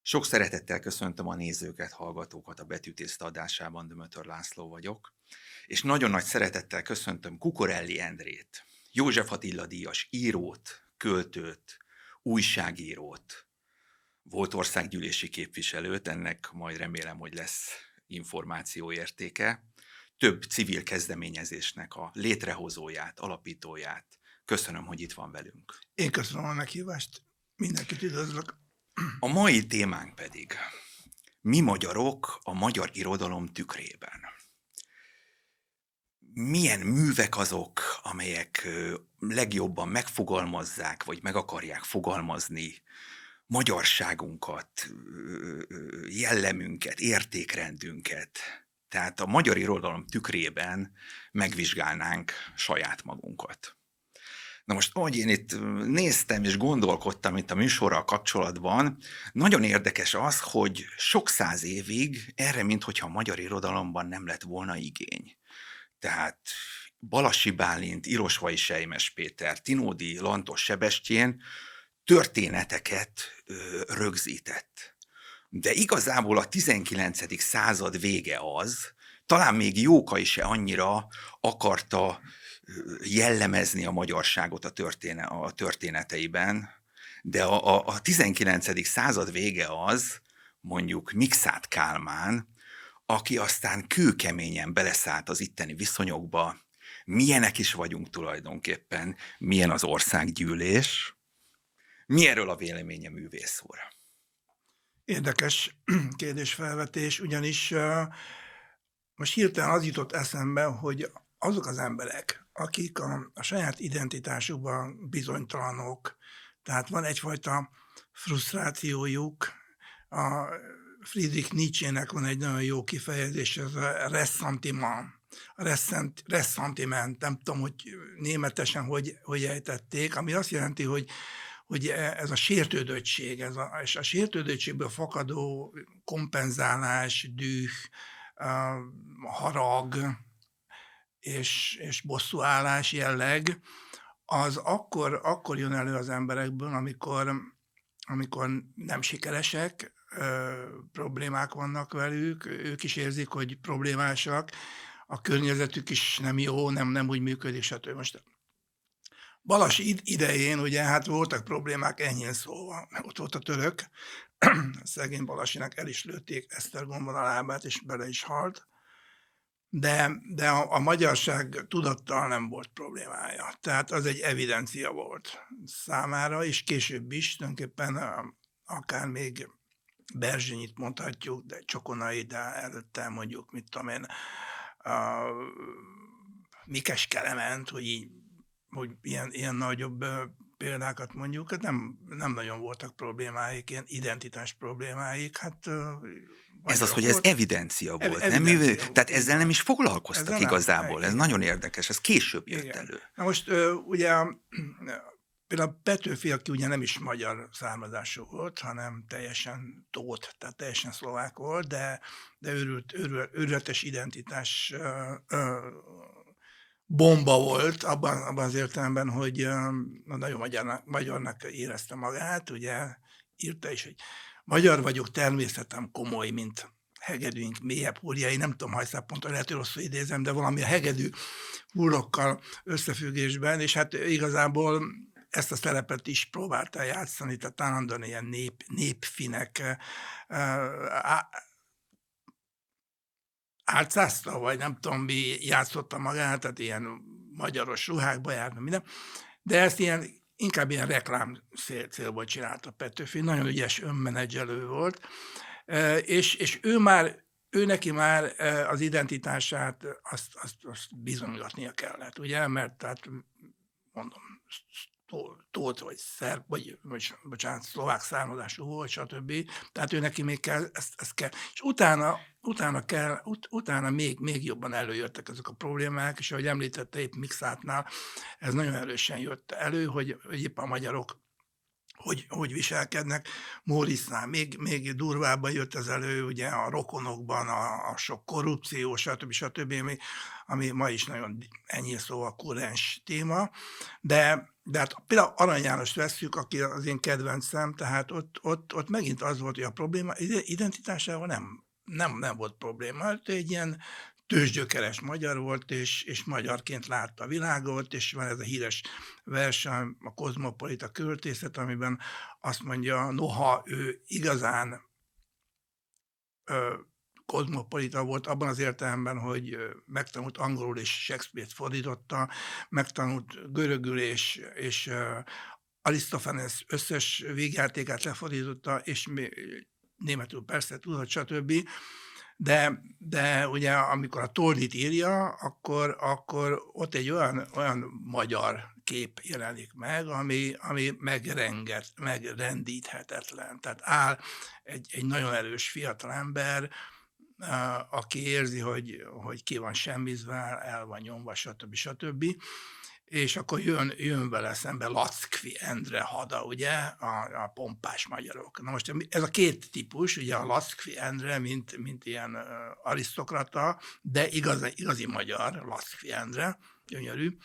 Sok szeretettel köszöntöm a nézőket, hallgatókat a Betűtészta adásában, Dömötör László vagyok, és nagyon nagy szeretettel köszöntöm Kukorelli Endrét, József Attila díjas írót, költőt, újságírót, volt országgyűlési képviselőt, ennek majd remélem, hogy lesz információértéke, több civil kezdeményezésnek a létrehozóját, alapítóját. Köszönöm, hogy itt van velünk. Én köszönöm a meghívást. Mindenkit üdvözlök. A mai témánk pedig: mi magyarok a magyar irodalom tükrében? Milyen művek azok, amelyek legjobban megfogalmazzák, vagy meg akarják fogalmazni magyarságunkat, jellemünket, értékrendünket? Tehát a magyar irodalom tükrében megvizsgálnánk saját magunkat. Na most, ahogy én itt néztem és gondolkodtam itt a műsorral kapcsolatban, nagyon érdekes az, hogy sok száz évig erre, minthogyha a magyar irodalomban nem lett volna igény. Tehát Balassi Bálint, Irosvay Selymes Péter, Tinódi Lantos Sebestyén történeteket rögzített. De igazából a 19. század vége az, talán még Jókai se annyira akarta jellemezni a magyarságot a történeteiben, de a 19. század vége az, mondjuk Mikszáth Kálmán, aki aztán kőkeményen beleszállt az itteni viszonyokba, milyenek is vagyunk tulajdonképpen, milyen az országgyűlés. Mi erről a véleménye, művész úr? Érdekes kérdésfelvetés, ugyanis most hirtelen az jutott eszembe, hogy azok az emberek, akik a saját identitásukban bizonytalanok, tehát van egyfajta frusztrációjuk. A Friedrich Nietzsének van egy nagyon jó kifejezés, ez a ressentiment. A ressentiment, nem tudom, hogy németesen hogy ejtették, ami azt jelenti, hogy ez a sértődöttség, és a sértődöttségből fakadó kompenzálás, düh, harag és bosszúállás jelleg, az akkor jön elő az emberekből, amikor nem sikeresek, problémák vannak velük, ők is érzik, hogy problémásak, a környezetük is nem jó, nem úgy működik, stb. Most Balassi idején ugye hát voltak problémák, enyhén szólva. Ott volt a török, szegény Balassinak el is lőtték Esztergomban a lábát, és bele is halt. De a magyarság tudattal nem volt problémája. Tehát az egy evidencia volt számára, és később is, tulajdonképpen akár még Berzsenyit mondhatjuk, de Csokonai, de előtte mondjuk, mit tudom én, Mikes Kelement, hogy ilyen nagyobb példákat mondjuk, hát nem nagyon voltak problémáik, ilyen identitás problémáik. Hát, ez az, hogy ez evidencia volt, nem? Tehát ezzel nem is foglalkoztak ezzel igazából. Ez nagyon érdekes, ez később jött elő. Na most ugye például Petőfi, aki ugye nem is magyar származású volt, hanem teljesen tót, tehát teljesen szlovák volt, de őrületes identitás bomba volt abban az értelemben, hogy nagyon magyarnak érezte magát, ugye írta is, hogy magyar vagyok, természetem komoly, mint hegedűink mélyebb húrjai, nem tudom, hajszálponton lehet, hogy rosszul idézem, de valami a hegedű húrokkal összefüggésben, és hát igazából ezt a szerepet is próbálta játszani, tehát állandóan ilyen népfinek álcázta, vagy nem tudom, mi játszotta magát, tehát ilyen magyaros ruhákba járt, minden. De ezt inkább ilyen reklám célból csinálta Petőfi, nagyon ügyes önmenedzselő volt, és ő neki már az identitását azt bizonygatnia kellett, ugye, mert tehát mondom, tót vagy szerb, vagy bocsánat, szlovák származású volt, stb. Tehát ő neki még kell, ezt kell. És utána még jobban előjöttek ezek a problémák, és ahogy említette épp Mikszáthnál, ez nagyon erősen jött elő, hogy épp a magyarok hogy viselkednek. Móricznál még durvábban jött ez elő, ugye a rokonokban a sok korrupció, stb. Ami ma is nagyon ennyi szóval kurrens téma, de hát például Arany Jánost vesszük, aki az én kedvencem, tehát ott megint az volt, hogy a probléma identitásával nem volt probléma. Hát egy ilyen tőzsgyökeres magyar volt, és magyarként látta a világot, és van ez a híres vers, a Kozmopolita költészet, amiben azt mondja, noha ő igazán kozmopolita volt abban az értelemben, hogy megtanult angolul és Shakespeare-t fordította, megtanult görögül és Arisztofanes összes végjátékát lefordította, és németül persze tudott, stb. De ugye amikor a Toldit írja, akkor ott egy olyan magyar kép jelenik meg, ami megrendíthetetlen. Tehát áll egy nagyon erős fiatal ember, aki érzi, hogy ki van semmizve, el van nyomva, stb. És akkor jön vele szembe Lackfi Endre hada, ugye, a pompás magyarok. Na most ez a két típus, ugye a Lackfi Endre, mint ilyen arisztokrata, de igazi magyar, Lackfi Endre, gyönyörű,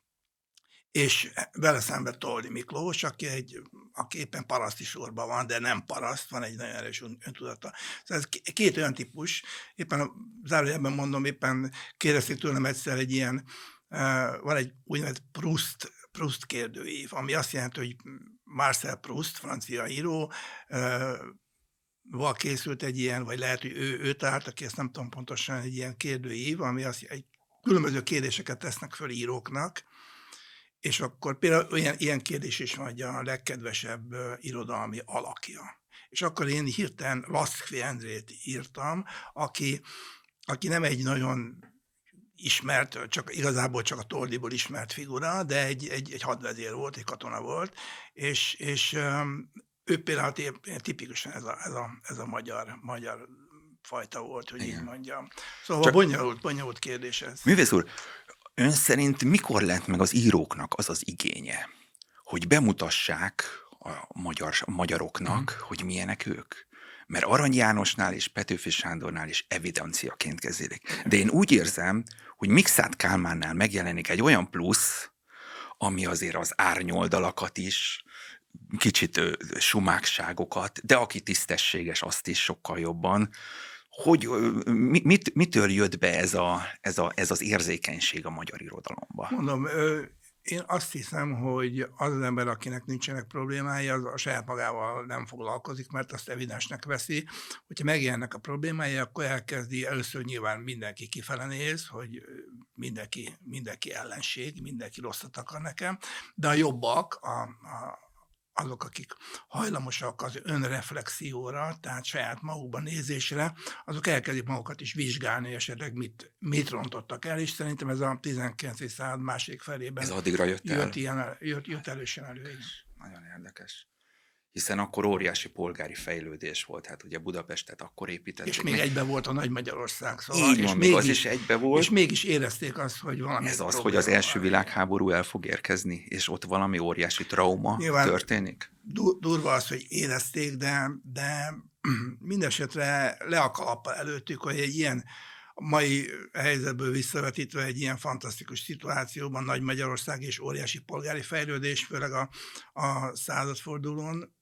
és vele szembe Toldi Miklós, aki éppen paraszti sorban van, de nem paraszt, van egy nagyon erős öntudata. Szóval ez két olyan típus, éppen zárójelben mondom, éppen kérdezték tőlem egyszer egy ilyen, van egy úgynevezett Proust kérdőív, ami azt jelenti, hogy Marcel Proust, francia író, val készült egy ilyen, vagy lehet, hogy ő találta ki, ezt nem tudom pontosan, egy ilyen kérdőív, ami egy különböző kérdéseket tesznek föl íróknak, és akkor például ilyen kérdés is van, hogy a legkedvesebb irodalmi alakja. És akkor én hirtelen Lackfi Endrét írtam, aki nem egy nagyon ismert, igazából csak a Toldiból ismert figura, de egy hadvezér volt, egy katona volt, és ő például tipikusan ez a magyar fajta volt, hogy így mondjam. Szóval csak bonyolult kérdés ez. Művész úr, ön szerint mikor lett meg az íróknak az igénye, hogy bemutassák a magyaroknak, hogy milyenek ők? Mert Arany Jánosnál és Petőfi Sándornál is evidenciaként kezelik. De én úgy érzem, hogy Mikszáth Kálmánnál megjelenik egy olyan plusz, ami azért az árnyoldalakat is, kicsit sumákságokat, de aki tisztességes, azt is sokkal jobban. Hogy mitől jött be ez az érzékenység a magyar irodalomba? Mondom, én azt hiszem, hogy az ember, akinek nincsenek problémái, az a saját magával nem foglalkozik, mert azt evidensnek veszi. Hogyha megjelennek a problémái, akkor elkezdi, először nyilván mindenki kifele néz, hogy mindenki ellenség, mindenki rosszat akar nekem, de a jobbak, azok, akik hajlamosak az önreflexióra, tehát saját magukban nézésre, azok elkezdik magukat is vizsgálni, esetleg mit rontottak el, és szerintem ez a 19. század második felében ez addigra jött erősen elő. Nagyon érdekes. Hiszen akkor óriási polgári fejlődés volt, hát ugye Budapestet akkor építették. És még egybe volt a Nagy Magyarország. Szóval, így van, még az is egybe volt. És mégis érezték azt, hogy valami ez az, hogy az első világháború el fog érkezni, és ott valami óriási trauma nyilván történik? Durva az, hogy érezték, de mindesetre le a kalappal előttük, hogy egy ilyen mai helyzetből visszavetítve egy ilyen fantasztikus szituációban Nagy Magyarország és óriási polgári fejlődés, főleg a századfordulón,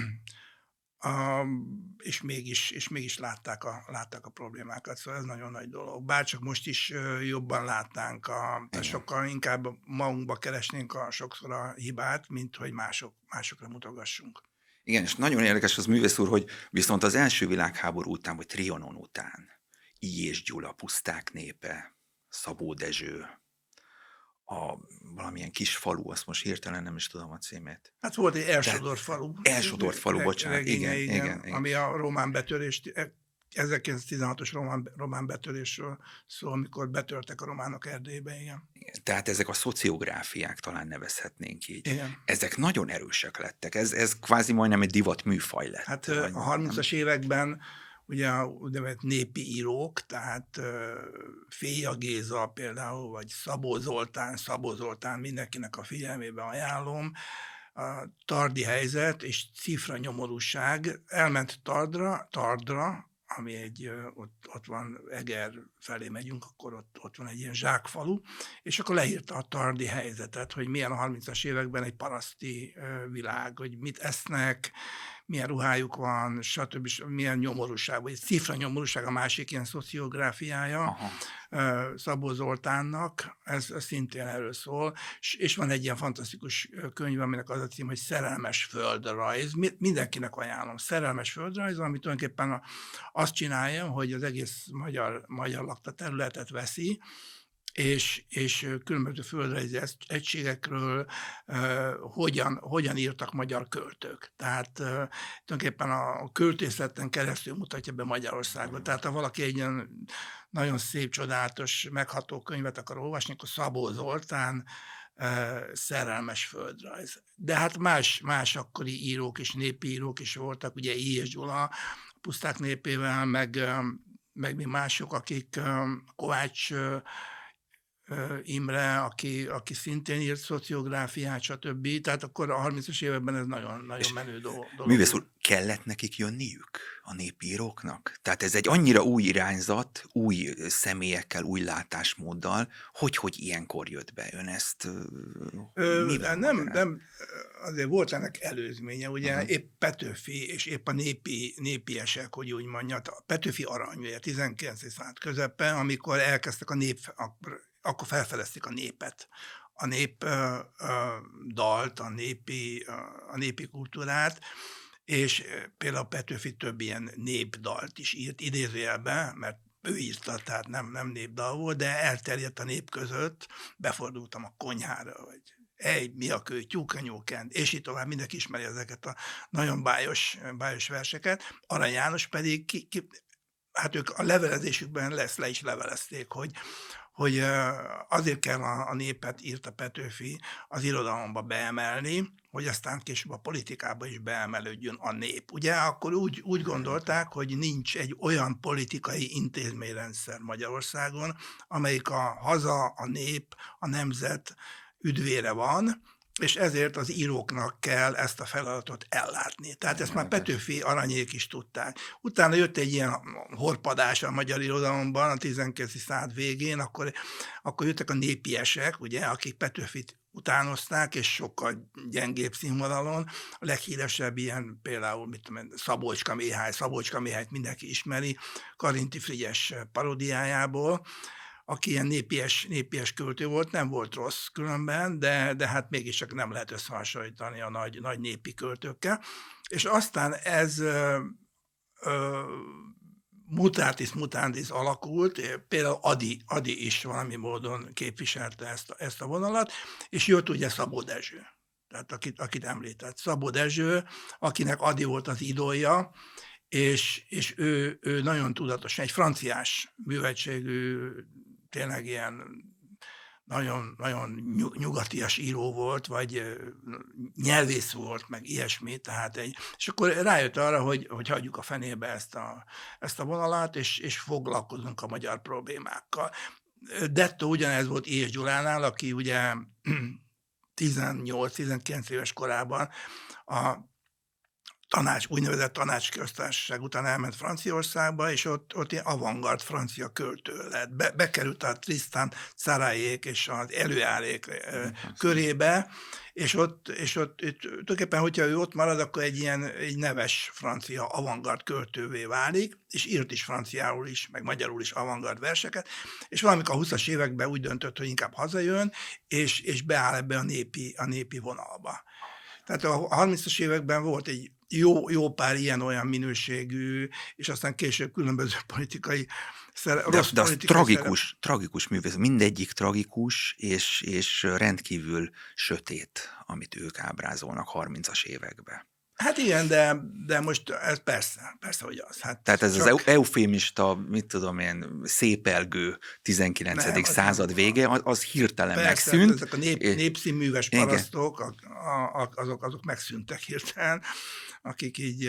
és mégis látták a problémákat, szóval ez nagyon nagy dolog. Bárcsak most is jobban látnánk, sokkal inkább magunkba keresnénk sokszor a hibát, mint hogy másokra mutogassunk. Igen, és nagyon érdekes az, művész úr, hogy viszont az első világháború után, vagy Trianon után I. és Gyula, Puszták népe, Szabó Dezső, valamilyen kis falu, azt most hirtelen nem is tudom a címét. Hát volt egy Elsodort falu. Elsodort falu, bocsánat. Igen. Ami a román betörést, 1916-os román betörésről szól, amikor betörtek a románok Erdélybe, igen. Tehát ezek a szociográfiák, talán nevezhetnénk így. Igen. Ezek nagyon erősek lettek. Ez kvázi majdnem egy divat műfaj lett. Hát a 30-as években ugye a úgynevezett népi írók, tehát Féja Géza például, vagy Szabó Zoltán, mindenkinek a figyelmébe ajánlom, a tardi helyzet és cifra nyomorúság. Elment Tardra, ami ott van, Eger felé megyünk, akkor ott van egy ilyen zsákfalu, és akkor leírta a tardi helyzetet, hogy milyen a 30-as években egy paraszti világ, hogy mit esznek, milyen ruhájuk van, stb. Milyen nyomorúság, vagy cifra nyomorúság a másik ilyen szociográfiája. Aha. Szabó Zoltánnak, ez szintén erről szól, és van egy ilyen fantasztikus könyv, aminek az a cím, hogy Szerelmes földrajz. Mindenkinek ajánlom. Szerelmes földrajz, ami tulajdonképpen azt csinálja, hogy az egész magyar lakta területet veszi, és különböző földrajzi egységekről hogyan írtak magyar költők. Tehát tulajdonképpen a költészeten keresztül mutatja be Magyarországot. Tehát ha valaki egy ilyen nagyon szép, csodálatos, megható könyvet akar olvasni, akkor Szabó Zoltán Szerelmes földrajz. De hát más akkori írók és népi írók is voltak, ugye I. és Gyula, a Puszták népével, meg mi mások, akik Kovács Imre, aki szintén írt szociográfiát, stb. Tehát akkor a 30-as években ez nagyon, nagyon menő dolog. Művész úr, kellett nekik jönniük a népíróknak? Tehát ez egy annyira új irányzat, új személyekkel, új látásmóddal, hogy ilyenkor jött be ön ezt? Nem, azért volt ennek előzménye, ugye épp Petőfi és épp a népiesek, hogy úgy mondja, a Petőfi arany, ugye 19. század közepe, amikor elkezdtek akkor felfedezték a népet, a nép dalt, a népi kultúrát, és például Petőfi több ilyen népdalt is írt, idézőjelben, mert ő írta, tehát nem népdal volt, de elterjedt a nép között, befordultam a konyhára, vagy mi a kő, tyúkanyókend, és így tovább, mindenki ismeri ezeket a nagyon bájos verseket. Arany János pedig, hát ők a levelezésükben le is levelezték, hogy azért kell a népet, írta Petőfi, az irodalomba beemelni, hogy aztán később a politikába is beemelődjön a nép. Ugye akkor úgy gondolták, hogy nincs egy olyan politikai intézményrendszer Magyarországon, amelyik a haza, a nép, a nemzet üdvére van, és ezért az íróknak kell ezt a feladatot ellátni. Tehát ezt már Petőfi aranyék is tudták. Utána jött egy ilyen horpadás a magyar irodalomban a 19. század végén, akkor jöttek a népiesek, ugye, akik Petőfit utánozták, és sokkal gyengébb színvonalon. A leghíresebb ilyen például, Szabolcska Mihályt mindenki ismeri, Karinti Frigyes paródiájából, aki ilyen népies költő volt, nem volt rossz különben, de hát mégiscsak nem lehet összehasonlítani a nagy népi költőkkel. És aztán ez mutatis mutandis alakult, például Ady is valami módon képviselte ezt a vonalat, és jött ugye Szabó Dezső, tehát akit említett. Szabó Dezső, akinek Ady volt az idolja, és ő nagyon tudatosan, egy franciás műveltségű, tényleg ilyen nagyon, nagyon nyugatias író volt, vagy nyelvész volt, meg ilyesmi, tehát és akkor rájött arra, hogy hagyjuk a fenébe ezt a vonalat, és foglalkozunk a magyar problémákkal. Dettó ugyanez volt I. és Gyulánál, aki ugye 18-19 éves korában a úgynevezett tanácsköztársaság után elment Franciaországba, és ott ilyen avantgard francia költő lett. Bekerült a Tristan Tzarayék és az Előárék körébe, és ott tulajdonképpen, hogyha ő ott marad, akkor egy neves francia avantgard költővé válik, és írt is franciául is, meg magyarul is avantgard verseket, és valamikor a 20-as években úgy döntött, hogy inkább hazajön, és beáll ebbe a népi vonalba. Tehát a 30-as években volt egy jó pár ilyen-olyan minőségű, és aztán később különböző politikai de az tragikus művész, mindegyik tragikus, és rendkívül sötét, amit ők ábrázolnak 30-as években. Hát igen, de most ez persze, hogy az. Hát tehát ez az eufémista, mit tudom én, szépelgő 19. század vége, az hirtelen persze, megszűnt. Ezek a népszínműves parasztok, azok megszűntek hirtelen, akik így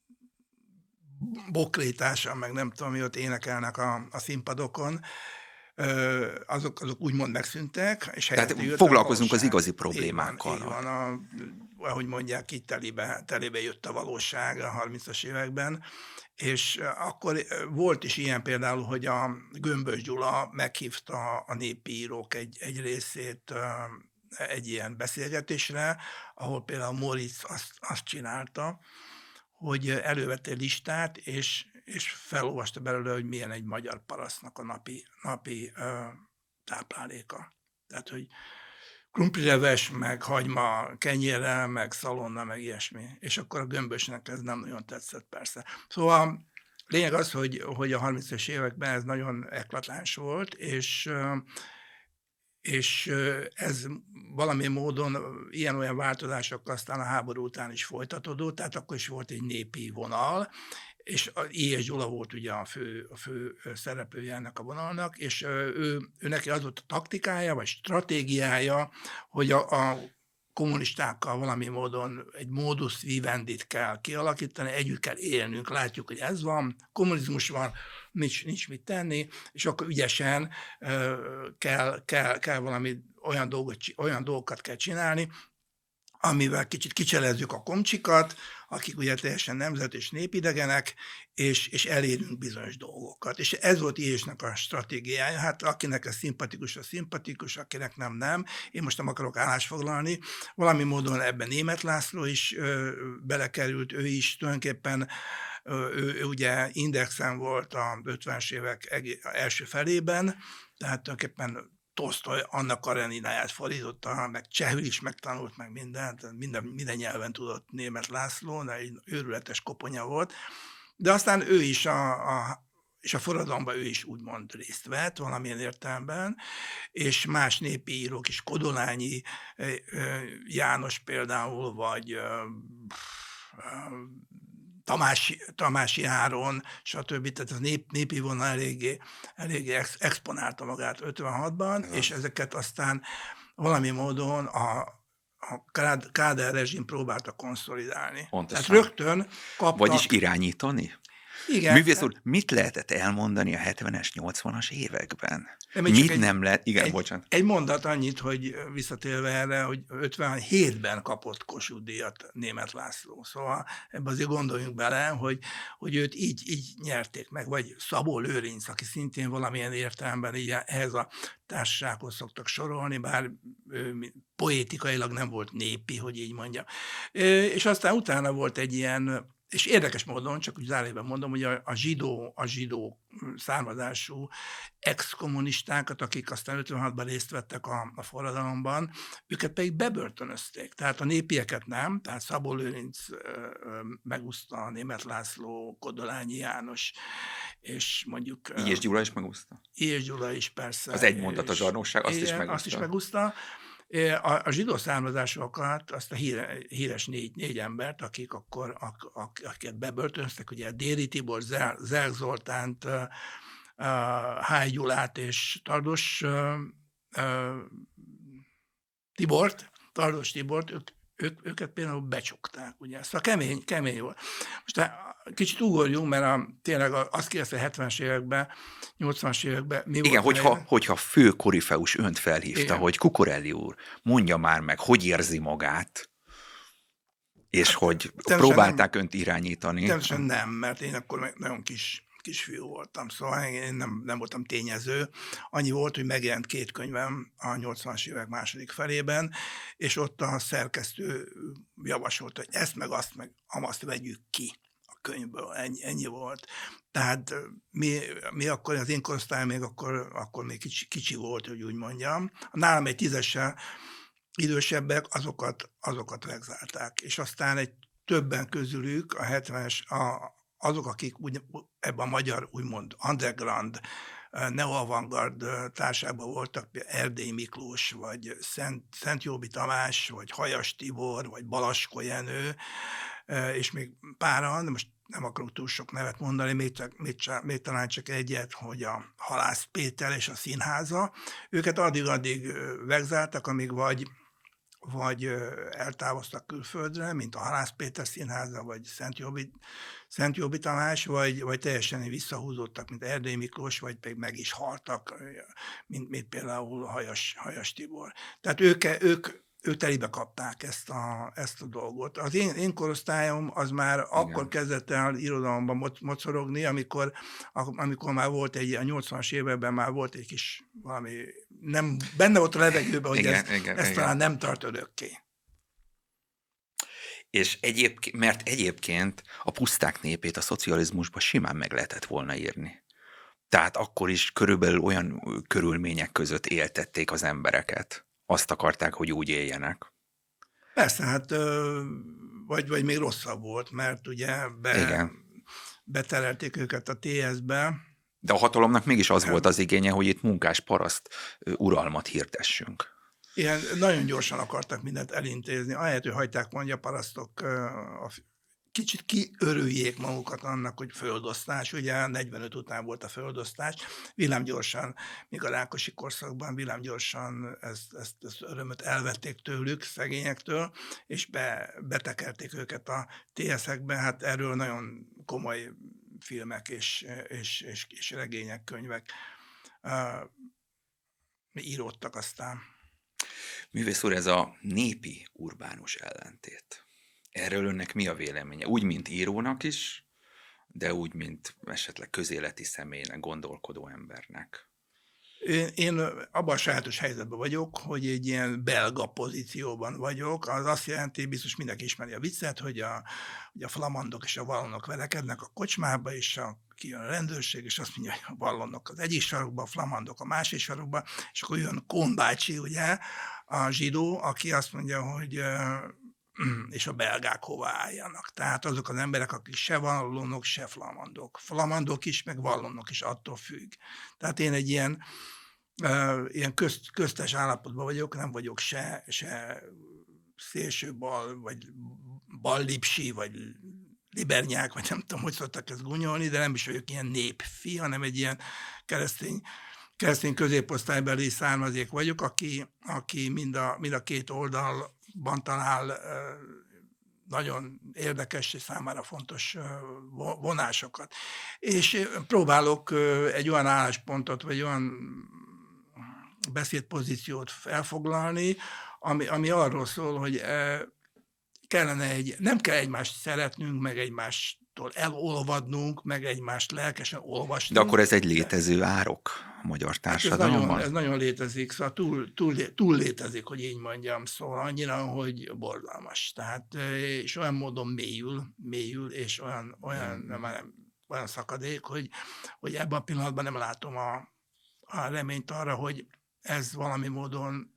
bokrétással, meg nem tudom mi ott énekelnek a színpadokon. azok úgymond megszűntek, és Tehát helyette jött a foglalkozunk az valóság. igazi Így van, problémákkal. így van. Ahogy mondják, itt telébe jött a valóság a 30-as években, és akkor volt is ilyen például, hogy a Gömbös Gyula meghívta a népi írók egy részét egy ilyen beszélgetésre, ahol például Móricz azt csinálta, hogy elővette egy listát, és felolvasta belőle, hogy milyen egy magyar parasztnak a napi tápláléka. Tehát, hogy krumplileves, meg hagyma kenyérrel, meg szalonna, meg ilyesmi. És akkor a Gömbösnek ez nem nagyon tetszett persze. Szóval lényeg az, hogy a 30-as években ez nagyon eklatáns volt, és ez valami módon ilyen-olyan változások aztán a háború után is folytatódott, tehát akkor is volt egy népi vonal, és I.S. Gyula volt ugye a fő szereplője ennek a vonalnak, és ő neki az volt a taktikája, vagy stratégiája, hogy a kommunistákkal valami módon egy modus vivendit kell kialakítani, együtt kell élnünk, látjuk, hogy ez van, kommunizmus van, nincs mit tenni, és akkor ügyesen kell valami olyan dolgokat kell csinálni, amivel kicsit kicselezzük a komcsikat, akik ugye teljesen nemzet- és népidegenek, és elérünk bizonyos dolgokat. És ez volt I.S.-nek a stratégiája. Hát akinek ez szimpatikus, az szimpatikus, akinek nem. Én most nem akarok állást foglalni. Valami módon ebben Németh László is belekerült, ő is tulajdonképpen ő ugye Indexen volt a 50-es évek első felében, tehát tulajdonképpen Tolsztoj Anna Karenináját fordította, meg csehül is megtanult, meg minden nyelven tudott Németh László, de egy őrületes koponya volt. De aztán ő is és a forradalomban ő is úgymond részt vett valamilyen értelemben, és más népi írók is, Kodolányi János például, vagy Tamási Áron, stb. Tehát a népi vonal eléggé exponálta magát 56-ban, és ezeket aztán valami módon a Kádár rezsim próbálta konszolidálni. Pontosan. Tehát rögtön kaptak... Vagyis irányítani? Igen. Művész úr, mit lehetett elmondani a 70-es, 80-as években? Mit nem lehet? Igen, bocsánat. Egy mondat annyit, hogy visszatérve erre, hogy 57-ben kapott Kossuth-díjat Németh László. Szóval ebbe azért gondoljunk bele, hogy őt így nyerték meg, vagy Szabó Lőrinc, aki szintén valamilyen értelemben így ehhez a társasághoz szoktak sorolni, bár poétikailag nem volt népi, hogy így mondjam. És aztán utána volt egy ilyen, és érdekes módon, csak úgy zárójelben mondom, hogy a zsidó származású ex-kommunistákat, akik aztán 56-ban részt vettek a forradalomban, őket pedig bebörtönözték. Tehát a népieket nem, tehát Szabó Lőrinc megúszta, Németh László, Kodolányi János, és mondjuk... I.S. Gyula is megúszta? I.S. Gyula is, persze. Az egy mondat a zsarnokság, azt is megúszta. Azt is megúszta. A zsidó származásokat, azt a híres négy embert, akiket bebörtönöztek, ugye Déri Tibor, Zelk Zoltánt, Háj Gyulát és Tardos Tibort, őket például becsukták, ugye. Szóval kemény volt. Most kicsit ugorjunk, mert tényleg azt kérdezte 70-es években, 80-as években mi igen, volt. hogyha fő korifeus önt felhívta, igen, hogy Cucurelli úr, mondja már meg, hogy érzi magát, és hát, hogy próbálták önt irányítani. Természetesen nem, mert én akkor nagyon kisfiú voltam, szóval én nem voltam tényező. Annyi volt, hogy megjelent 2 könyvem a 80-as évek második felében, és ott a szerkesztő javasolta, hogy ezt meg azt vegyük ki a könyvből. Ennyi volt. Tehát mi akkor, az én korosztályom még akkor még kicsi volt, hogy úgy mondjam. Nálam egy 10-essel idősebbek, azokat vegzálták. És aztán egy többen közülük a 70-es, azok, akik ebben a magyar úgymond underground, neo-avantgard társágban voltak, például Erdély Miklós, vagy Szent Jóbi Tamás, vagy Hajas Tibor, vagy Balaskó Jenő, és még páran, de most nem akarok túl sok nevet mondani, még talán csak egyet, hogy a Halász Péter és a Színháza. Őket addig vegzáltak, amíg vagy vagy eltávoztak külföldre, mint a Halász Péter Színháza, vagy Szent Jobbik Tamás, vagy teljesen visszahúzódtak, mint Erdély Miklós, vagy pedig meg is haltak, mint például Hajas Tibor. Tehát ők telibe kapták ezt a dolgot. Az én korosztályom az már akkor kezdett el irodalomban mocorogni, amikor már volt a 80-as években már volt egy kis valami, nem, benne volt a levegőben, hogy ez talán nem tart örökké. És mert egyébként a Puszták népét a szocializmusban simán meg lehetett volna írni. Tehát akkor is körülbelül olyan körülmények között éltették az embereket. Azt akarták, hogy úgy éljenek. Persze, hát vagy még rosszabb volt, mert ugye beterelték őket a TS-be. De a hatalomnak mégis az volt az igénye, hogy itt munkás-paraszt uralmat hirdessünk. Igen, nagyon gyorsan akartak mindent elintézni. Ahelyett, hogy hagyták mondja parasztok, kicsit kiörüljék magukat annak, hogy földosztás, ugye 45 után volt a földosztás, villámgyorsan, míg a Rákosi korszakban villámgyorsan ezt örömöt elvették tőlük, szegényektől, és betekerték őket a TS-ekbe, hát erről nagyon komoly filmek és regények, könyvek íródtak aztán. Művész úr, ez a népi urbánus ellentét. Erről önnek mi a véleménye? Úgy, mint írónak is, de úgy, mint esetleg közéleti személynek, gondolkodó embernek. Én abban a sajátos helyzetben vagyok, hogy egy ilyen belga pozícióban vagyok. Az azt jelenti, biztos mindenki ismeri a viccet, hogy a flamandok és a vallonok verekednek a kocsmába, és kijön a rendőrség, és azt mondja, hogy a vallonok az egyik sarokba, a flamandok a másik sarokba, és akkor jön Kohn bácsi, ugye, a zsidó, aki azt mondja, hogy és a belgák hova álljanak. Tehát azok az emberek, akik se vallonok, se flamandok. Flamandok is, meg vallonok is, attól függ. Tehát én egy ilyen köztes állapotban vagyok, nem vagyok se szélső bal, vagy ballipsi, vagy libernyák, vagy nem tudom, hogy szoktak ezt gúnyolni, de nem is vagyok ilyen népfi, hanem egy ilyen keresztény középosztálybeli származék vagyok, aki mind a két oldalban talál nagyon érdekes és számára fontos vonásokat. És próbálok egy olyan álláspontot, vagy olyan beszédpozíciót elfoglalni, ami arról szól, hogy nem kell egymást szeretnünk, meg egymástól elolvadnunk, meg egymást lelkesen olvasnunk. De akkor ez egy létező árok a magyar társadalomban? Hát ez nagyon létezik, szóval túl létezik, hogy így mondjam, szóval annyira, hogy borzalmas. Tehát, és olyan módon mélyül, és olyan szakadék, hogy ebben a pillanatban nem látom a reményt arra, hogy ez valami módon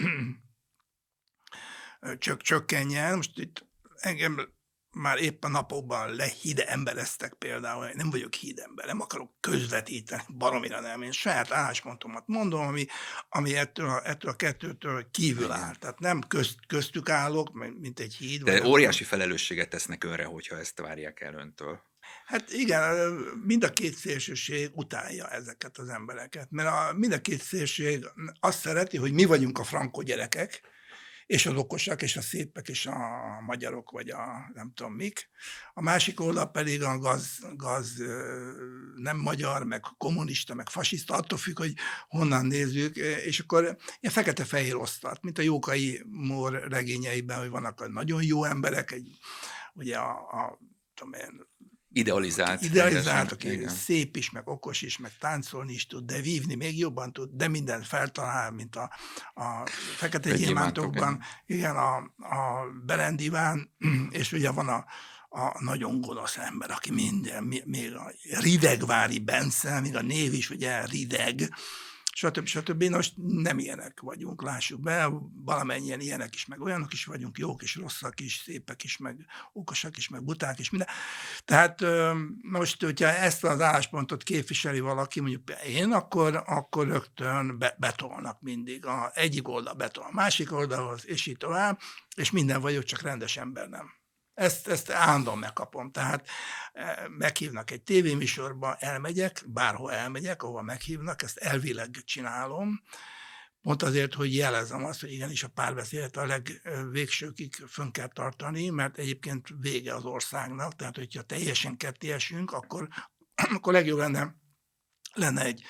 csökkenjen. Most itt engem már épp a napokban lehide embereztek például, nem vagyok hídember, nem akarok közvetíteni, baromira nem, én saját álláspontomat mondom, ami ettől a kettőtől kívül áll. Tehát nem köztük állok, mint egy híd. De óriási felelősséget tesznek önre, hogyha ezt várják el öntől. Hát igen, mind a két szélsőség utálja ezeket az embereket, mert mind a két szélsőség azt szereti, hogy mi vagyunk a frankó gyerekek, és az okosak, és a szépek, és a magyarok, vagy a nem tudom mik. A másik oldal pedig a gaz nem magyar, meg kommunista, meg fasiszta, attól függ, hogy honnan nézzük, és akkor ilyen fekete-fehér osztat, mint a Jókai Mór regényeiben, hogy vannak a nagyon jó emberek, ugye tudom én, idealizált, aki szép is, meg okos is, meg táncolni is tud, de vívni még jobban tud, de mindent feltalál, mint a Fekete Gyémántokban. Igen, a Berend Iván, és ugye van a nagyon gonosz ember, aki minden, még a Ridegvári Bence, még a név is ugye Rideg, stb. Most nem ilyenek vagyunk, lássuk be, valamennyien ilyenek is, meg olyanok is vagyunk, jók is, rosszak is, szépek is, meg okosak is, meg buták is, minden. Tehát most, hogyha ezt az álláspontot képviseli valaki, mondjuk én, akkor rögtön betolnak mindig. Egyik oldal betol a másik oldalhoz, és így tovább, és minden vagyok, csak rendes ember nem. Ezt állandóan megkapom. Tehát meghívnak egy tévéműsorba, elmegyek, bárhol elmegyek, ahol meghívnak, ezt elvileg csinálom, Pont azért, hogy jelezem azt, hogy igenis a párbeszédet a legvégsőkig fönn kell tartani, mert egyébként vége az országnak, tehát hogyha teljesen kettéesünk, akkor legjobb lenne egy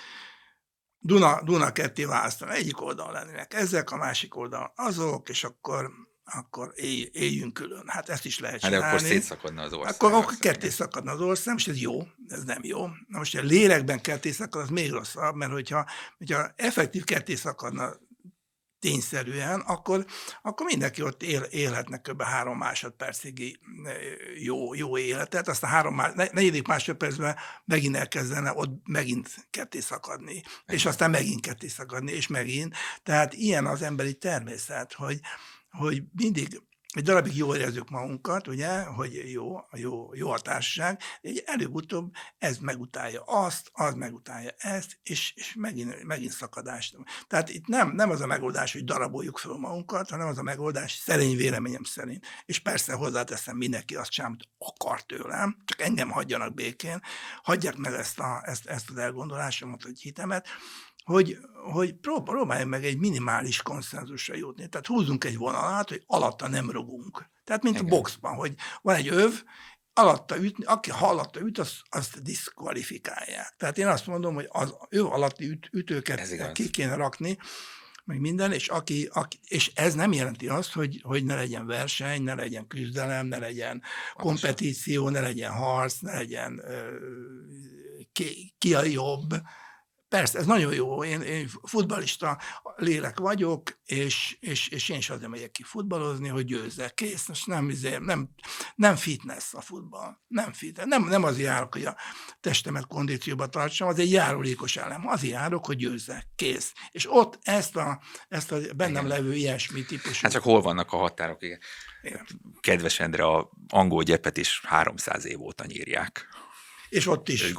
Duna ketté választani. Egyik oldalon lennének ezek, a másik oldalon azok, és akkor éljünk külön. Hát ezt is lehet Hát csinálni. akkor szétszakadna az ország. Akkor ketté szakadna az ország, és ez jó, ez nem jó. Na most, ha lélekben ketté szakad, az még rosszabb, mert hogyha effektív ketté szakadna tényszerűen, akkor mindenki ott élhetne kb. 3 másodpercig jó életet, aztán 4. másodpercben megint elkezdene ott megint ketté szakadni, és aztán megint ketté szakadni, és megint. Tehát ilyen az emberi természet, hogy mindig egy darabig jól érezzük magunkat, ugye, hogy jó a társaság, de előbb-utóbb ez megutálja azt, az megutálja ezt, és megint szakadást. Tehát itt nem az a megoldás, hogy daraboljuk föl magunkat, hanem az a megoldás szerény véleményem szerint. És persze hozzáteszem, mindenki azt sem, amit akar tőlem, csak engem hagyjanak békén, hagyják meg ezt az elgondolásomat, vagy hitemet, hogy próbáljunk meg egy minimális konszenzusra jutni. Tehát húzunk egy vonalat, hogy alatta nem rugunk. Tehát mint a boxban, hogy van egy öv, alatta ütni, aki alatta üt, azt diszkvalifikálják. Tehát én azt mondom, hogy az öv alatti ütőket ki kéne rakni, meg minden, és ez nem jelenti azt, hogy ne legyen verseny, ne legyen küzdelem, ne legyen kompetíció, ne legyen harc, ne legyen ki a jobb. Persze, ez nagyon jó. Én futballista lélek vagyok, és én is azért megyek ki futballozni, hogy győzzek. Kész, most nem fitness a futball. Nem fitness. Nem azért járok, hogy a testemet kondícióba tartsam, az egy járulékos elem. Azért járok, hogy győzzek. Kész. És ott ezt a bennem levő ilyesmi típusú. Hát csak hol vannak a határok? Igen. Kedves Endre, a angol gyepet is 300 év óta nyírják. És ott is.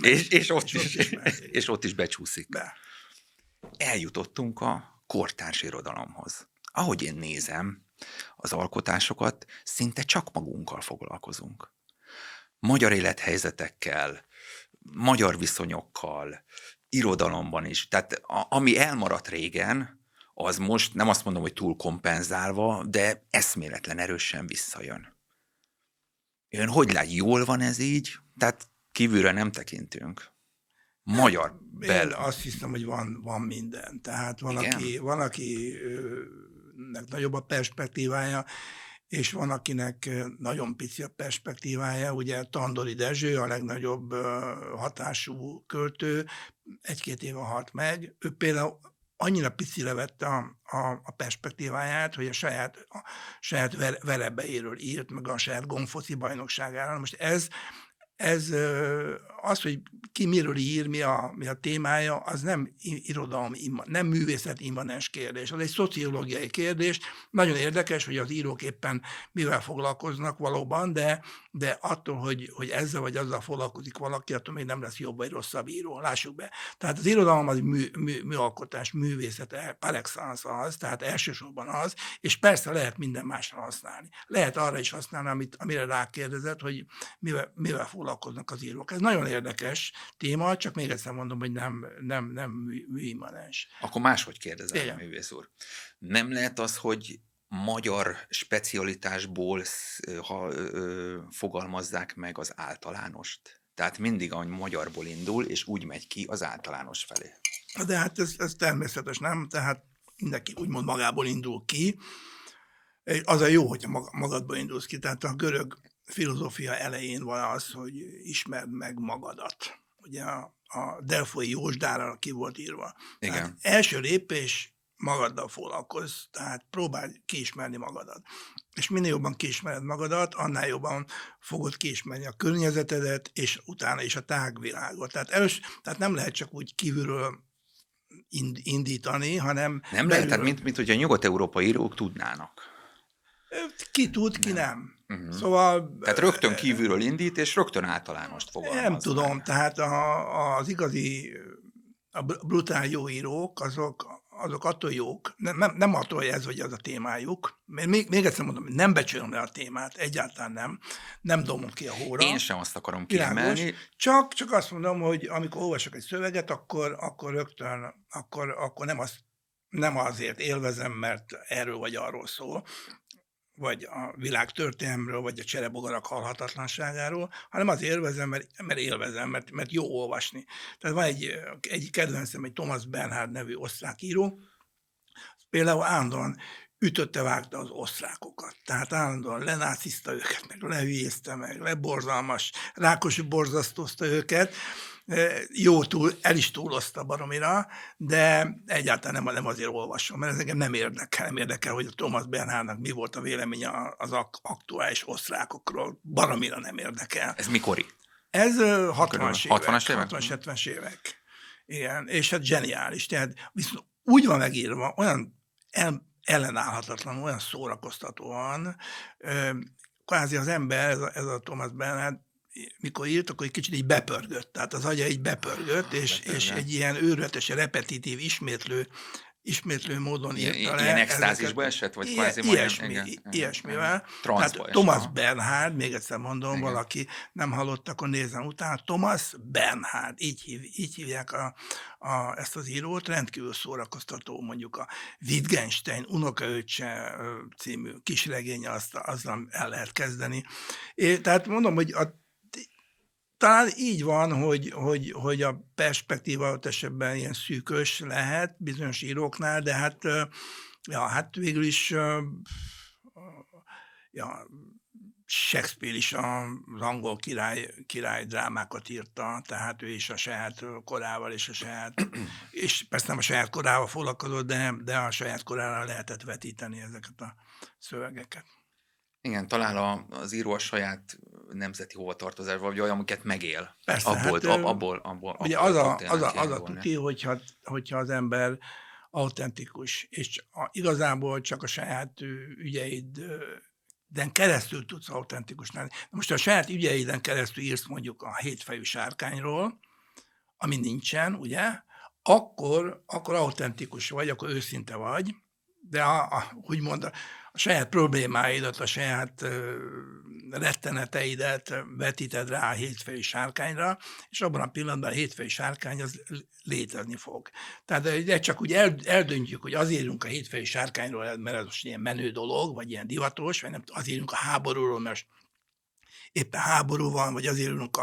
És ott is becsúszik. Eljutottunk a kortárs irodalomhoz. Ahogy én nézem az alkotásokat, szinte csak magunkkal foglalkozunk. Magyar élethelyzetekkel, magyar viszonyokkal, irodalomban is. Tehát ami elmaradt régen, az most nem azt mondom, hogy túl kompenzálva, de eszméletlen erősen visszajön. Ön hogy lát, jól van ez így? Tehát kívülre nem tekintünk. Magyar Én azt hiszem, hogy van minden. Tehát van akinek nagyobb a perspektívája, és van, akinek nagyon pici a perspektívája. Ugye Tandori Dezső, a legnagyobb hatású költő, 1-2 éve halt meg. Ő például annyira picire vette a perspektíváját, hogy a saját verebeiről írt, meg a saját gomfoci bajnokságáról. Most ez az, hogy ki miről ír, mi a témája, az nem nem művészet immanens kérdés, az egy szociológiai kérdés. Nagyon érdekes, hogy az írók éppen mivel foglalkoznak valóban, de attól, hogy ezzel vagy azzal foglalkozik valaki, attól még nem lesz jobb vagy rosszabb író, lássuk be. Tehát az irodalom az műalkotás, művészet par excellence az, tehát elsősorban az, és persze lehet minden másra használni. Lehet arra is használni, amire rákérdezett, hogy mivel foglalkoznak az írók. Ez nagyon érdekes téma, csak még egyszer mondom, hogy nem műimmanens. Akkor máshogy kérdezem, művész úr. Nem lehet az, hogy magyar specialitásból fogalmazzák meg az általánost? Tehát mindig, ahogy magyarból indul, és úgy megy ki az általános felé. De hát ez természetes, nem? Tehát mindenki úgymond magából indul ki. Az a jó, hogyha magadból indulsz ki. Tehát a görög filozófia elején van az, hogy ismerd meg magadat. Ugye a Delfoi Jósdára ki volt írva. Igen. Tehát első lépés, magaddal foglalkozz, tehát próbálj kiismerni magadat. És minél jobban kiismered magadat, annál jobban fogod kiismerni a környezetedet, és utána is a tágvilágot. Tehát nem lehet csak úgy kívülről indítani, hanem... Nem lehet, tehát mint hogy a nyugat-európai írók tudnának. Ki tud, ki nem. Szóval... Tehát rögtön kívülről indít, és rögtön általánost fogalmaz. Nem tudom, tehát az igazi, a brutál jó írók, azok attól jók, nem attól, hogy ez vagy az a témájuk. Még egyszer mondom, nem becsülöm le a témát, egyáltalán nem domom ki a hóra. Én sem azt akarom kiemelni. Csak azt mondom, hogy amikor olvasok egy szöveget, akkor rögtön, akkor nem azt nem azért élvezem, mert erről vagy arról szól, vagy a világ történelmről, vagy a cserebogarak halhatatlanságáról, hanem azért élvezem, mert élvezem, mert jó olvasni. Tehát van egy kedvencem, egy Thomas Bernhard nevű osztrák író, például állandóan ütötte-vágta az osztrákokat. Tehát állandóan lenácizta őket, meg lehülyézte, meg leborzalmas, Rákosi borzasztózta őket. Jó, el is túlozta baromira, de egyáltalán nem azért olvasom, mert ez engem nem érdekel. Nem érdekel, hogy a Thomas Bernhardnak mi volt a véleménye az aktuális osztrákokról. Baromira nem érdekel. Ez mikori? Ez 60-as évek. 60-as évek. Igen, és hát zseniális. Tehát viszont úgy van megírva, olyan ellenállhatatlan, olyan szórakoztatóan, kvázi az ember, ez a Thomas Bernhard, mikor írt, akkor egy kicsit így bepörgött. Tehát az agya így bepörgött, és egy ilyen őrületes, repetitív, ismétlő módon írta le. Ilyen extázisba esett? Vagy ilyesmivel. Tehát Thomas Bernhard, még egyszer mondom, igen. Valaki nem hallott, akkor nézzen utána. Thomas Bernhard, így hívják ezt az írót, rendkívül szórakoztató, mondjuk a Wittgenstein unokaöccse című kisregénye, azzal el lehet kezdeni. Tehát mondom, hogy talán így van, hogy a perspektíva ott esetben ilyen szűkös lehet bizonyos íróknál, de hát végül is Shakespeare is az angol király drámákat írta, tehát ő is a saját korával és persze nem a saját korával foglalkozott, de a saját korára lehetett vetíteni ezeket a szövegeket. Igen, talán az író a saját nemzeti hovatartozásban, vagy olyan, amiket megél. Persze, abból ugye az a tuti, hogyha az ember autentikus, és igazából csak a saját ügyeiden keresztül tudsz autentikus lenni. Most a saját ügyeiden keresztül írsz mondjuk a hétfejű sárkányról, ami nincsen, ugye, akkor autentikus vagy, akkor őszinte vagy, de úgymond a saját problémáidat, a saját retteneteidet vetíted rá a hétfejű sárkányra, és abban a pillanatban a hétfejű sárkány az létezni fog. Tehát de csak úgy eldöntjük, hogy azért írunk a hétfejű sárkányról, mert ez most ilyen menő dolog, vagy ilyen divatos, vagy nem azért írunk a háborúról, mert éppen háború van, vagy azért írunk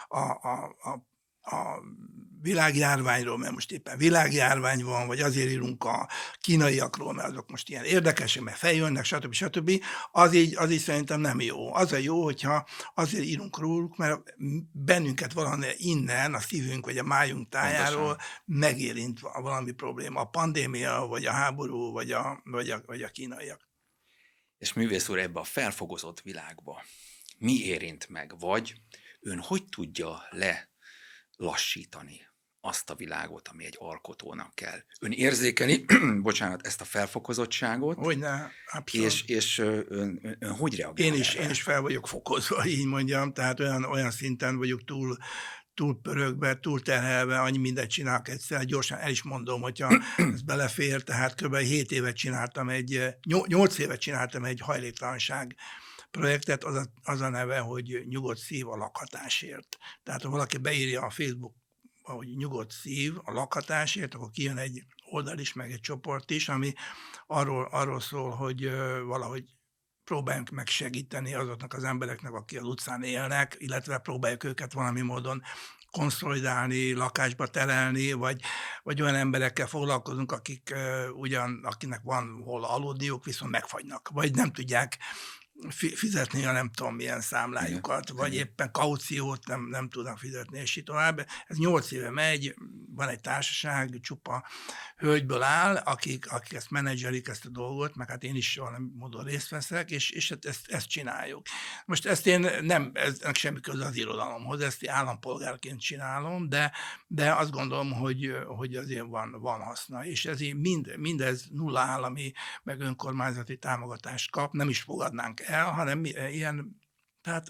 a világjárványról, mert most éppen világjárvány van, vagy azért írunk a kínaiakról, mert azok most ilyen érdekesek, mert feljönnek, stb. Az így szerintem nem jó. Az a jó, hogyha azért írunk róluk, mert bennünket valami innen, a szívünk vagy a májunk tájáról megérint valami probléma. A pandémia, vagy a háború, vagy a kínaiak. És művész úr, ebbe a felfogozott világba mi érint meg? Vagy ön hogy tudja lassítani azt a világot, ami egy alkotónak kell? Ön érzékeli, bocsánat, ezt a felfokozottságot? Hogyne, abszolút. És ön hogy reagál? Én is fel vagyok fokozva, így mondjam, tehát olyan szinten vagyok túl pörögve, túl terhelve, annyi mindent csinálok egyszer, gyorsan el is mondom, hogyha ez belefér, tehát kb. 8 évet csináltam egy hajléktalanság projektet, az a neve, hogy Nyugodt szív a lakhatásért. Tehát ha valaki beírja a Facebookba, hogy Nyugodt szív a lakhatásért, akkor kijön egy oldal is, meg egy csoport is, ami arról szól, hogy valahogy próbáljunk meg segíteni azoknak az embereknek, akik az utcán élnek, illetve próbáljuk őket valami módon konszolidálni, lakásba terelni, vagy olyan emberekkel foglalkozunk, akinek van hol aludniuk, viszont megfagynak, vagy nem tudják fizetni a nem tudom milyen számlájukat, vagy éppen kauciót nem tudnak fizetni, és így tovább. Ez 8 éve megy, van egy társaság, csupa hölgyből áll, akik ezt menedzselik, ezt a dolgot, meg hát én is valami módon részt veszek, és ezt csináljuk. Most ezt én eznek semmi köze az irodalomhoz, ezt állampolgárként csinálom, de azt gondolom, hogy azért van haszna, és ezért mindez nulla állami, meg önkormányzati támogatást kap, nem is fogadnánk el, hanem ilyen, tehát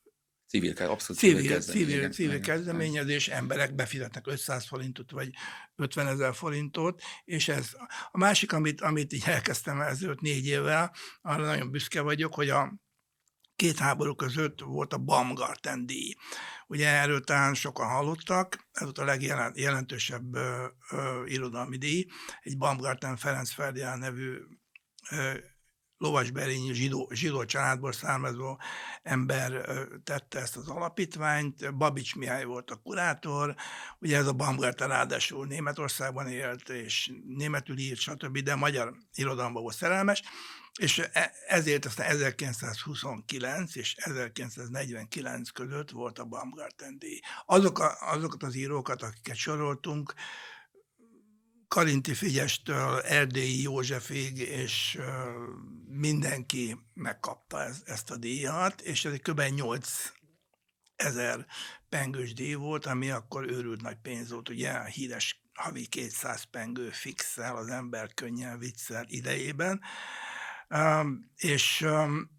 civil kezdeményezés, emberek befizetnek 500 forintot, vagy 50 000 forintot, és ez a másik, amit így elkezdtem ezelőtt 4 évvel, arra nagyon büszke vagyok, hogy két háború között volt a Baumgarten-díj. Ugye erről talán sokan hallottak, ez volt a legjelentősebb irodalmi díj. Egy Baumgarten Ferenc Ferdinánd nevű lovasberényi zsidó családból származó ember tette ezt az alapítványt, Babics Mihály volt a kurátor, ugye ez a Baumgarten ráadásul Németországban élt, és németül írt, stb., de magyar irodalomban volt szerelmes, és ezért aztán 1929 és 1949 között volt a Baumgarten-díj. Azokat az írókat, akiket soroltunk, Karinti Frigyestől Erdélyi Józsefig, és mindenki megkapta ezt a díjat, és ez egy kb. 8000 pengős díj volt, ami akkor őrült nagy pénz volt, ugye a híres havi 200 pengő fixel az ember könnyen viccel idejében, és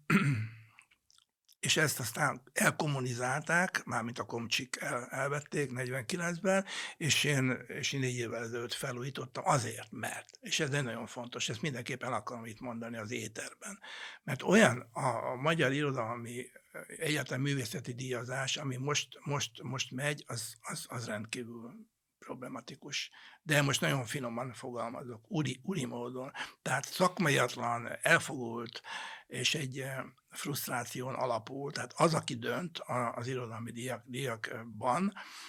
ezt aztán elkommunizálták, mármint a komcsik elvették 49-ben, és én 4 évvel ezelőtt felújítottam azért, mert, és ez nagyon fontos, ezt mindenképpen akarom itt mondani az éterben, mert olyan a magyar irodalmi egyáltalán művészeti díjazás, ami most megy, az rendkívül problematikus. De most nagyon finoman fogalmazok, uri módon. Tehát szakmaiatlan, elfogult, és egy frusztráción alapul. Tehát az, aki dönt az irodalmi díjakban,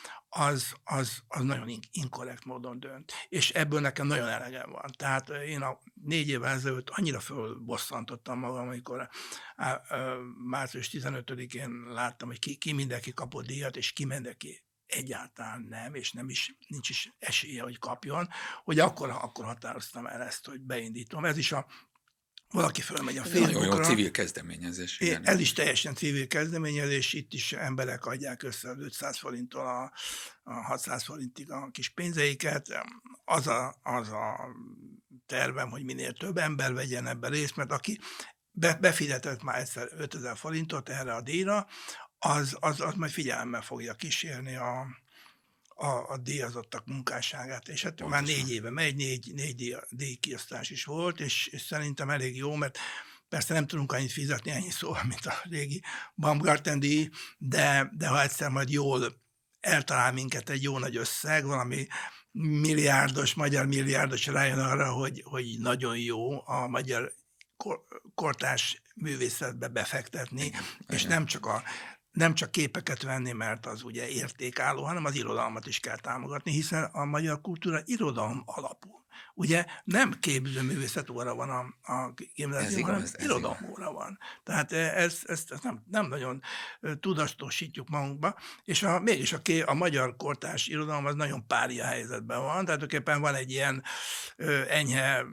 az nagyon inkorrekt módon dönt. És ebből nekem nagyon elegem van. Tehát én 4 évvel ezelőtt annyira fölbosszantottam magam, amikor március 15-én láttam, hogy ki mindenki kapott díjat, és ki mindenki egyáltalán nem, és nincs is esélye, hogy kapjon, hogy akkor határoztam el ezt, hogy beindítom. Ez is valaki fölmegy a Facebookra. Nagyon jó civil kezdeményezés. Igen. Ez is teljesen civil kezdeményezés, itt is emberek adják össze az 500 forinttól a 600 forintig a kis pénzeiket. Az a tervem, hogy minél több ember vegyen ebben részt, mert aki befizetett már egyszer 5000 forintot erre a díjra, az majd figyelemmel fogja kísérni a díjazottak munkásságát, és hát pontosan. Már 4 éve megy, 4 díjkiosztás is volt, és szerintem elég jó, mert persze nem tudunk annyit fizetni, ennyi szóval, mint a régi Baumgarten díj, de ha egyszer majd jól eltalál minket egy jó nagy összeg, valami magyar milliárdos rájön arra, hogy nagyon jó a magyar kortárs művészetbe befektetni, igen, és igen. Nem csak képeket venni, mert az ugye értékálló, hanem az irodalmat is kell támogatni, hiszen a magyar kultúra irodalom alapú. Ugye nem képzőművészet óra van a gimnáziumban, hanem irodalom óra van. Tehát ezt nem nagyon tudatosítjuk magunkba, és mégis a magyar kortárs irodalom az nagyon pária helyzetben van, tehát tulajdonképpen van egy ilyen enyhe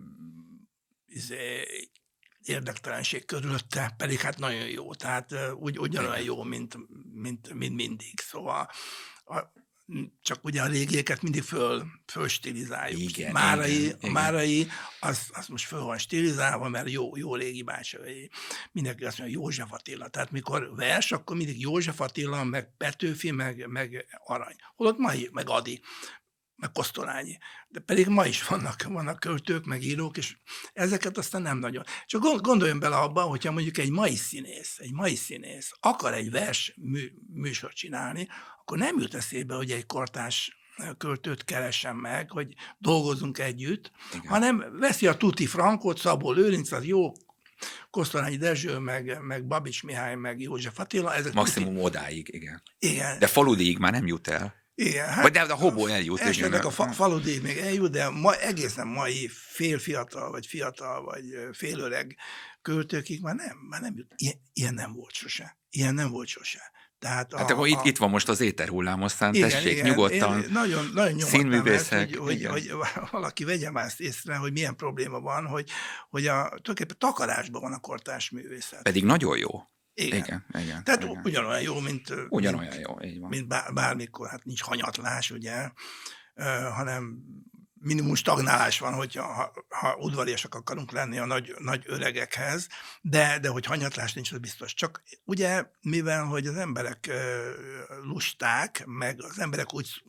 érdektelenség körülötte, pedig hát nagyon jó, tehát ugyanolyan jó, mint mindig. Szóval csak ugye a régieket mindig fölstilizáljuk. Igen, Márai, az most föl van stilizálva, mert jó régi bácsai. Mindenki azt mondja, József Attila. Tehát mikor vers, akkor mindig József Attila, meg Petőfi, meg Arany. Holott mai, meg Adi, meg Kosztolányi. De pedig ma is vannak költők, meg írók, és ezeket aztán nem nagyon. Csak gondoljon bele abba, hogyha mondjuk egy mai színész akar egy vers műsort csinálni, akkor nem jut eszébe, hogy egy kortárs költőt keressen meg, hogy dolgozzunk együtt, igen. hanem veszi a Tuti Frankot, Szabó Lőrinc, az jó, Kosztolányi Dezső, meg Babics Mihály, meg József Attila. Ezek maximum odáig, igen. Igen. De Faludíig már nem jut el. Igen, hát vagy de a Hobó eljut. Esetleg a Faludíig még eljut, de egészen mai félfiatal, vagy félöreg költőkig már nem jut. Ilyen nem volt sose. Tehát hát akkor itt van most az éterhullám, aztán tessék nyugodtan. Nagyon nyomatnám színművészek, ezt, hogy valaki vegye már ezt észre, hogy milyen probléma van, hogy tulajdonképpen takarásban van a kortárs művészet. Pedig nagyon jó. Igen. Tehát igen. Ugyanolyan jó, mint bármikor, hát nincs hanyatlás, ugye, hanem minimum stagnálás van, hogyha ha udvariasak akarunk lenni a nagy öregekhez, de hogy hanyatlás nincs, az biztos. Csak ugye, mivel hogy az emberek lusták, meg az emberek úgy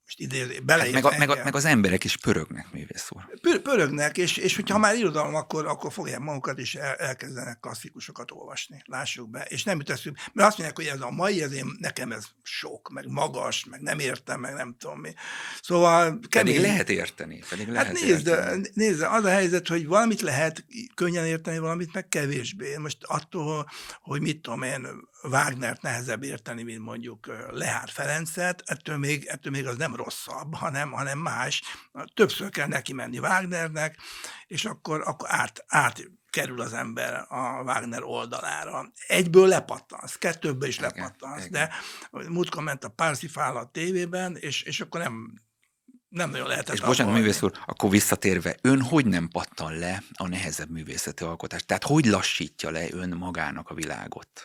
most idéz, Hát beleértve meg az emberek is pörögnek, művész úr. Pörögnek, és hogyha már irodalom, akkor fogják magukat, és elkezdenek klasszikusokat olvasni. Lássuk be. És nem jut eszünk, mert azt mondják, hogy ez a mai, nekem ez sok, meg magas, meg nem értem, meg nem tudom mi. Szóval kemény. Pedig lehet érteni. Hát nézd, az a helyzet, hogy valamit lehet könnyen érteni, valamit meg kevésbé. Most attól, hogy mit tudom én, Wagnert nehezebb érteni, mint mondjuk Lehár Ferencet, ettől még az nem rosszabb, hanem más. Többször kell neki menni Wagnernek, és akkor átkerül az ember a Wagner oldalára. Egyből lepattansz, kettőből is lepattansz, de múltkor ment a Parsifal a tévében, és akkor nem nagyon lehetett. És bocsánat, művész úr, akkor visszatérve, ön hogy nem pattan le a nehezebb művészeti alkotást? Tehát hogy lassítja le ön magának a világot?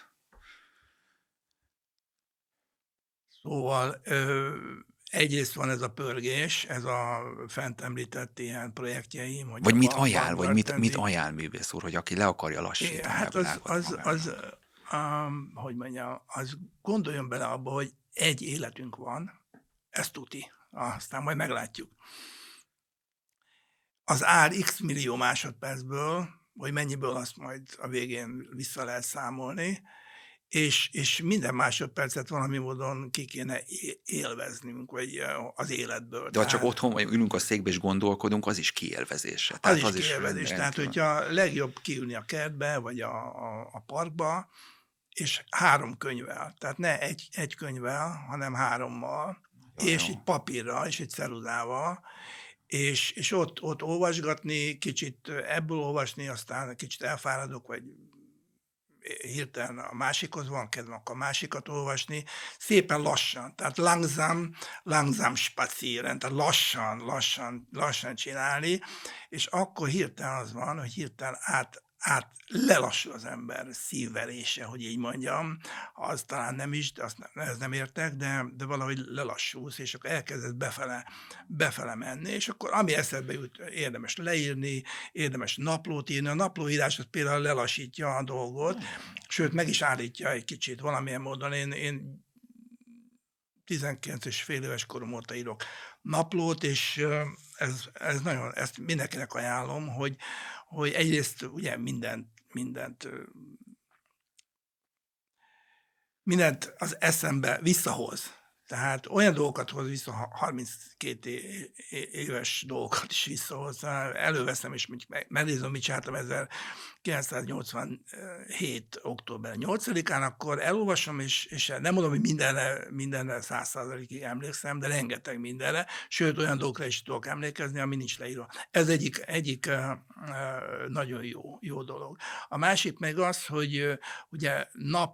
Szóval egyrészt van ez a pörgés, ez a fent említett ilyen projektjeim. Vagy mit ajánl, mit ajánl, művész úr, hogy aki le akarja lassítani hát a világot hogy mondjam, az gondoljon bele abba, hogy egy életünk van, ez tuti, aztán majd meglátjuk. Az ár x millió másodpercből, vagy mennyiből azt majd a végén vissza lehet számolni, és minden másodpercet valami módon ki kéne élveznünk, vagy az életből. De ha csak otthon vagy ülünk a székbe és gondolkodunk, az is kiélvezése. Az is kiélvezés. Tehát, hogyha legjobb kiülni a kertbe, vagy a parkba, és 3 könyvvel. Tehát ne egy könyvvel, hanem 3-mal, és egy papírral, és egy ceruzával, és ott olvasgatni, kicsit ebből olvasni, aztán kicsit elfáradok, vagy hirtelen a másikhoz van kedvem, akkor a másikat olvasni, szépen lassan, tehát langsam spazieren, tehát lassan csinálni, és akkor hirtelen az van, hogy hirtelen lelassul az ember szívverése, hogy így mondjam, az talán nem is, de ezt nem értek, de valahogy lelassulsz, és akkor elkezded befele menni, és akkor ami eszedbe jut, érdemes leírni, érdemes naplót írni. A naplóírás az például lelassítja a dolgot, sőt meg is állítja egy kicsit valamilyen módon. Én 19 és fél éves korom óta írok naplót, és ez nagyon, ezt mindenkinek ajánlom, hogy egyrészt ugye mindent az eszembe visszahoz. Tehát olyan dolgokat hoz vissza, 32 éves dolgokat is visszahoz. Előveszem, és megnézem, mit csináltam 1987. október 8-án, akkor elolvasom, és nem mondom, hogy mindenre 100%-ig emlékszem, de rengeteg mindenre, sőt, olyan dolgokra is tudok emlékezni, ami nincs leírva. Ez egyik nagyon jó dolog. A másik meg az, hogy ugye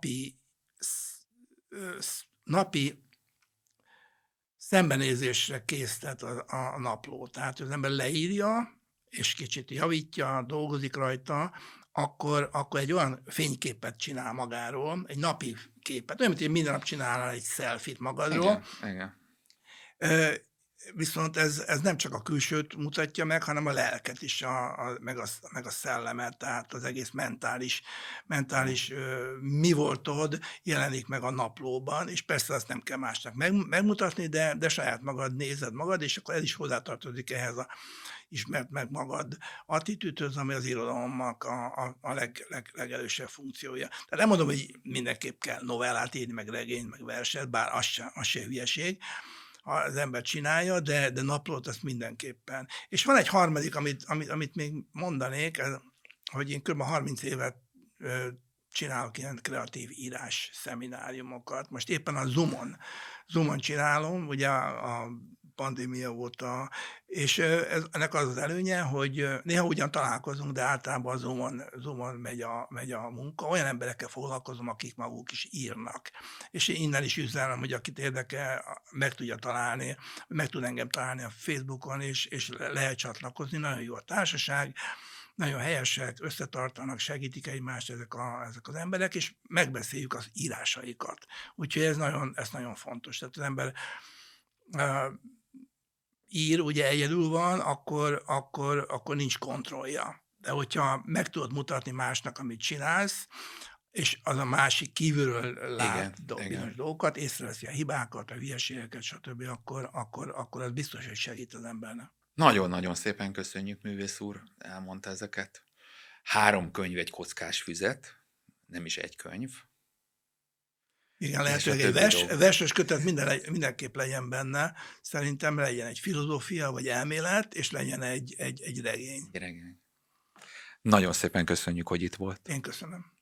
napi szembenézésre késztet a napló. Tehát az ember leírja, és kicsit javítja, dolgozik rajta, akkor egy olyan fényképet csinál magáról, egy napi képet, olyan, mint hogy minden nap csinálnál egy selfie-t magadról. Igen. Viszont ez nem csak a külsőt mutatja meg, hanem a lelket is, meg a szellemet, tehát az egész mentális mi voltod jelenik meg a naplóban, és persze azt nem kell másnak megmutatni, de saját magad nézed magad, és akkor ez is hozzátartozik ehhez a ismert meg magad attitűdhöz, ami az irodalomnak a legerősebb funkciója. Tehát nem mondom, hogy mindenképp kell novellát írni, meg regényt, meg verset, bár az se hülyeség, az ember csinálja, de naplót azt mindenképpen. És van egy harmadik, amit még mondanék, hogy én kb. 30 évet csinálok ilyen kreatív írás szemináriumokat. Most éppen a Zoomon csinálom, ugye a pandémia óta, és ennek az előnye, hogy néha ugyan találkozunk, de általában a Zoomon megy a munka. Olyan emberekkel foglalkozom, akik maguk is írnak. És én innen is üzenem, hogy akit érdekel, meg tudja találni, meg tud engem találni a Facebookon, és lehet csatlakozni. Nagyon jó a társaság, nagyon helyesek, összetartanak, segítik egymást ezek az emberek, és megbeszéljük az írásaikat. Úgyhogy ez nagyon fontos. Tehát az ember ír, ugye egyedül van, akkor nincs kontrollja. De hogyha meg tudod mutatni másnak, amit csinálsz, és az a másik kívülről lát Igen, bizonyos igen. dolgokat, észreveszi a hibákat, a hülyeségeket, stb., akkor az biztos, hogy segít az embernek. Nagyon-nagyon szépen köszönjük, művész úr, elmondta ezeket. 3 könyv, egy kockás füzet, nem is egy könyv. Igen, És a lehetőleg egy többi dolog. verses kötet mindenképp legyen benne. Szerintem legyen egy filozófia, vagy elmélet, és legyen egy regény. Nagyon szépen köszönjük, hogy itt volt. Én köszönöm.